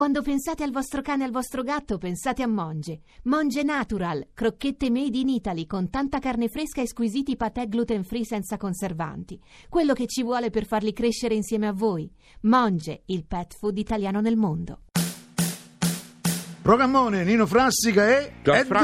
Quando pensate al vostro cane e al vostro gatto, pensate a Monge. Monge Natural, crocchette made in Italy con tanta carne fresca e squisiti patè gluten free senza conservanti. Quello che ci vuole per farli crescere insieme a voi. Monge, il pet food italiano nel mondo. Programmone, Nino Frassica e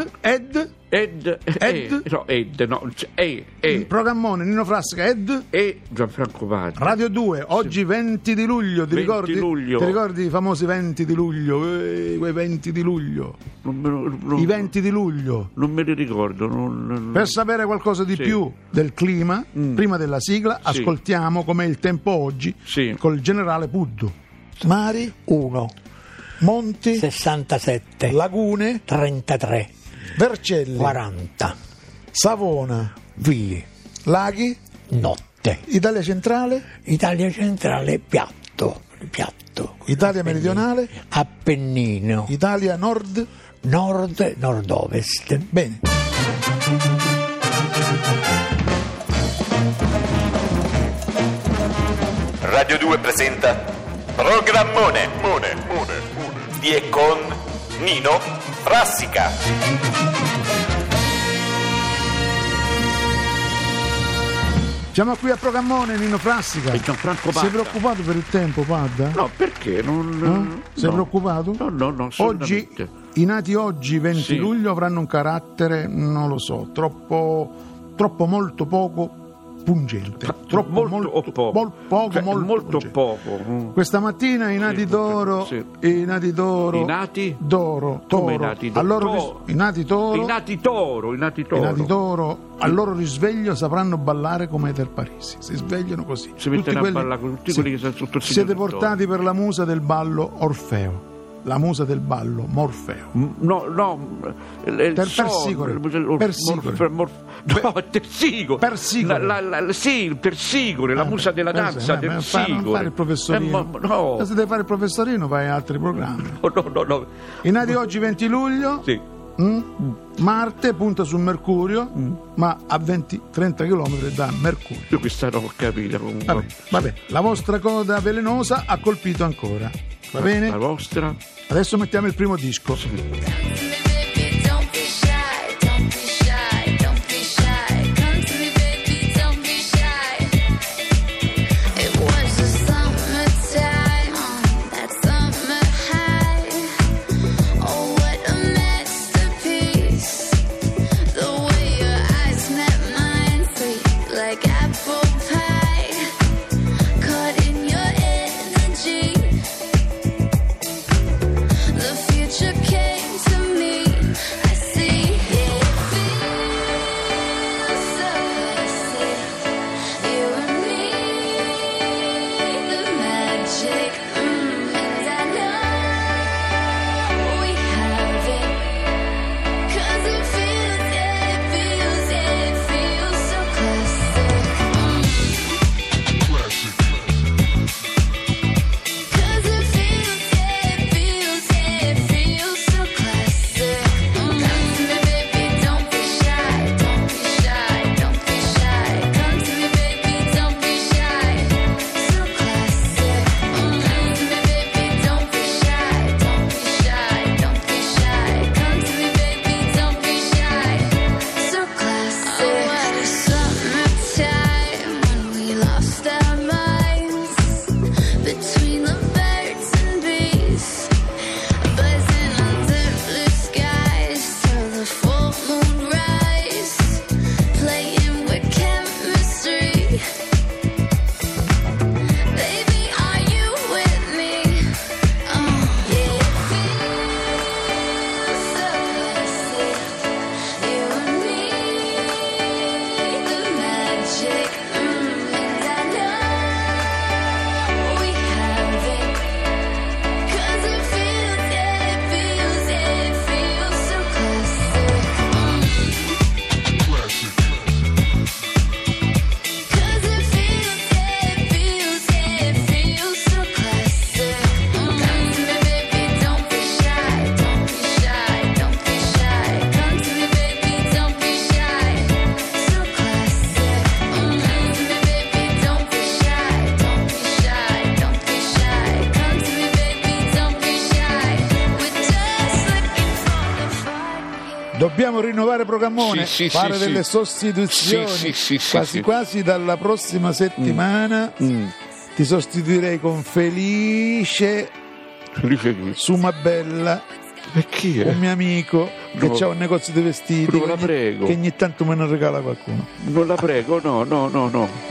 Programmone, Nino Frassica e Gianfranco Paddi. Radio 2, oggi 20 di luglio, ti 20 ricordi? luglio. Ti ricordi i famosi 20 di luglio? Quei 20 di luglio. I 20 di luglio. Non me li ricordo. Per sapere qualcosa di più del clima, prima della sigla, ascoltiamo com'è il tempo oggi col generale Puddu. Mari 1, monti 67, lagune 33, Vercelli 40, Savona, Villi, laghi, notte. Italia centrale, Italia centrale, piatto. Italia meridionale, Appennino, Italia nord, nord-ovest. bene. Radio 2 presenta Programmone di e con Nino Frassica. Siamo qui a Programmone, Nino Frassica. E Gianfranco Padda. Sei preoccupato per il tempo, Padda? No, perché? Sei preoccupato? No, Oggi, i nati oggi, 20 Sì. luglio, avranno un carattere, non lo so, troppo molto poco pungente. Molto poco. Pungente. Poco. Questa mattina i nati d'oro, sì. i nati d'oro, I nati? d'oro, Come toro, i nati d'oro? al loro i nati toro, I nati toro. i nati d'oro, al loro risveglio sapranno ballare come Eder Parisi. Si svegliano così. Si mettono a ballare con tutti quelli che sono sotto il Siete signor portati per la musa del ballo Orfeo. La musa del ballo Morfeo. Tersicore. No, Tersicore. Persicole. Sì, il Tersicore, la musa della danza Tersicore. Non fare il professorino. No. Se devi fare il professorino vai a altri programmi. No. I nati oggi 20 luglio. Sì. Marte punta su Mercurio, ma a 20-30 km da Mercurio. Io questa non ho capito comunque. Vabbè, la vostra coda velenosa ha colpito ancora. Va bene? La vostra? Adesso mettiamo il primo disco. The future came to me. Dobbiamo rinnovare programmone, fare delle sostituzioni. Quasi dalla prossima settimana ti sostituirei con Felice Sumabella. E chi è? Un mio amico che ha un negozio di vestiti. Non la prego. Che ogni tanto me ne regala qualcuno. Non la prego, no.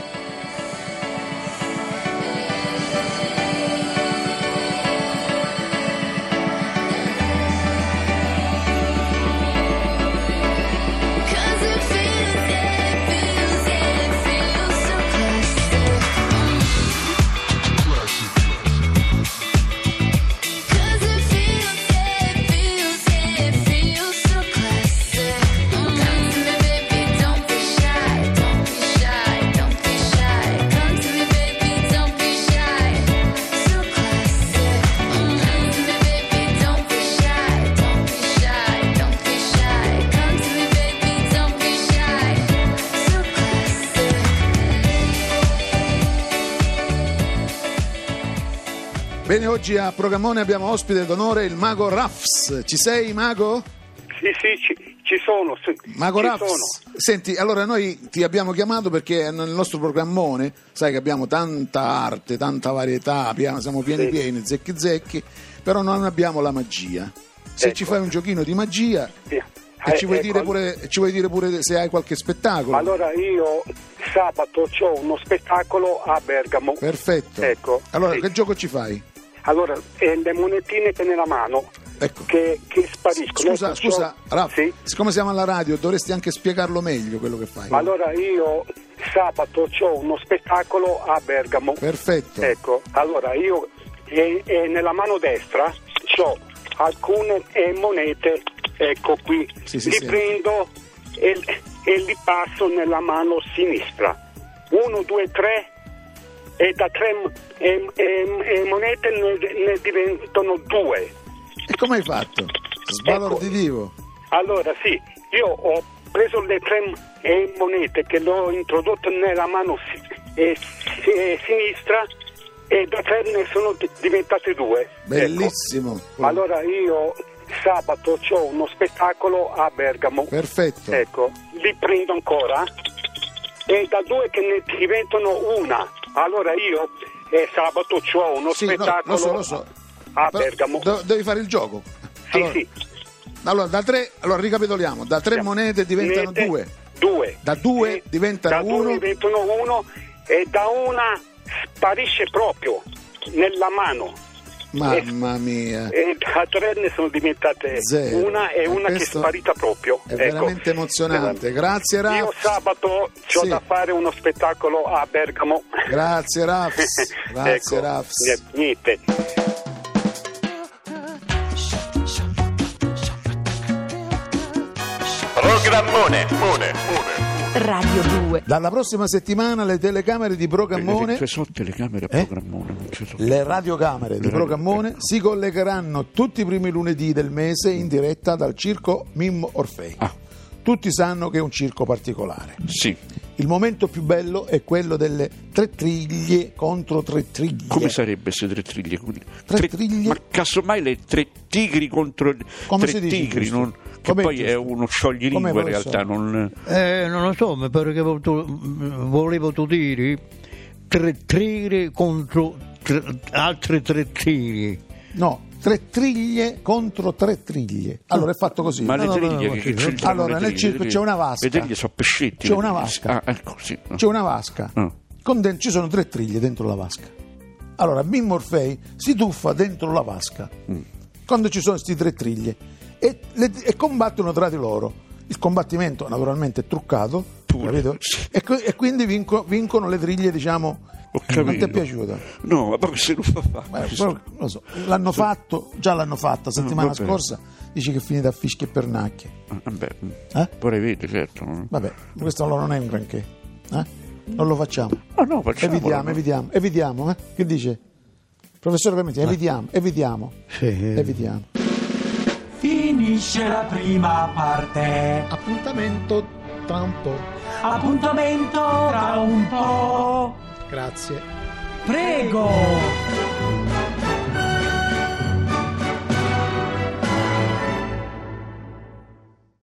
Bene, oggi a Programmone abbiamo ospite d'onore il Mago Raffs. Ci sei, Mago? Sì, ci sono. Mago Raffs, senti, allora noi ti abbiamo chiamato perché nel nostro Programmone, sai che abbiamo tanta arte, tanta varietà, siamo pieni, zecchi, però non abbiamo la magia. Se ci fai un giochino di magia... E ci vuoi dire pure se hai qualche spettacolo? Allora io sabato ho uno spettacolo a Bergamo. Perfetto. Ecco. Allora sì. Che gioco ci fai? Allora, le monetine che nella mano, ecco, che spariscono. Scusa, Raff, sì? Siccome siamo alla radio dovresti anche spiegarlo meglio quello che fai. Allora io sabato ho uno spettacolo a Bergamo. Perfetto. Ecco, allora io nella mano destra ho alcune monete. Ecco qui, li prendo e li passo nella mano sinistra. 1, 2, 3 e da 3 monete ne diventano 2. E come hai fatto? Sbalorditivo. Ecco. Allora sì, io ho preso le 3 monete che le ho introdotte nella mano sinistra e da 3 ne sono diventate 2. Bellissimo. Ecco. Allora io... sabato ho uno spettacolo a Bergamo. Perfetto. Ecco, li prendo ancora e da 2 che ne diventano 1. Allora io sabato ho uno spettacolo lo so. a Bergamo. Devi fare il gioco. Sì. Allora da 3, ricapitoliamo, da 3 monete diventano 2. 2. Da 2 diventano 1. Da 2 diventano 1 e da una sparisce proprio nella mano. Mamma mia. E da 3 ne sono diventate 0. Una e una che è sparita proprio. È veramente emozionante. Grazie Raff. Io sabato ho da fare uno spettacolo a Bergamo. Grazie Raff. Grazie Raff. Niente. Programmone. Radio 2. Dalla prossima settimana le telecamere di Programmone, sono telecamere a Programmone, non ci sono. le radiocamere di Programmone si collegheranno tutti i primi lunedì del mese in diretta dal circo Mimmo Orfei. Tutti sanno che è un circo particolare. Sì. Il momento più bello è quello delle 3 triglie contro 3 triglie. Come sarebbe queste 3 triglie? 3 triglie? Ma casomai le 3 tigri contro 3 tigri, che com'è poi giusto? è uno scioglilingua in realtà. Non lo so, mi pare che volevo tu dire 3 tigri contro altri 3 tigri. No, 3 triglie contro 3 triglie. Allora è fatto così. Ma le triglie allora nel circo c'è una vasca. Le triglie sono pescetti. C'è una vasca. Ecco, sì. C'è una vasca. Ci sono 3 triglie dentro la vasca. Allora Mimmo Orfei si tuffa dentro la vasca. Quando ci sono questi 3 triglie e combattono tra di loro. Il combattimento naturalmente è truccato, capito? E quindi vincono le triglie, diciamo. Non ti è piaciuta? No, ma poi se non fa. Lo so. L'hanno fatta settimana scorsa. Dici che è finita a fischi e pernacchie. Vorrei vedere, certo. Vabbè, questo allora non è un granché. Non lo facciamo. No, facciamo. Evitiamo. Che dice? Professore Clementi, evitiamo. Sì. Evitiamo. Finisce la prima parte. Appuntamento tra un po'. Appuntamento tra un po'. Grazie. Prego.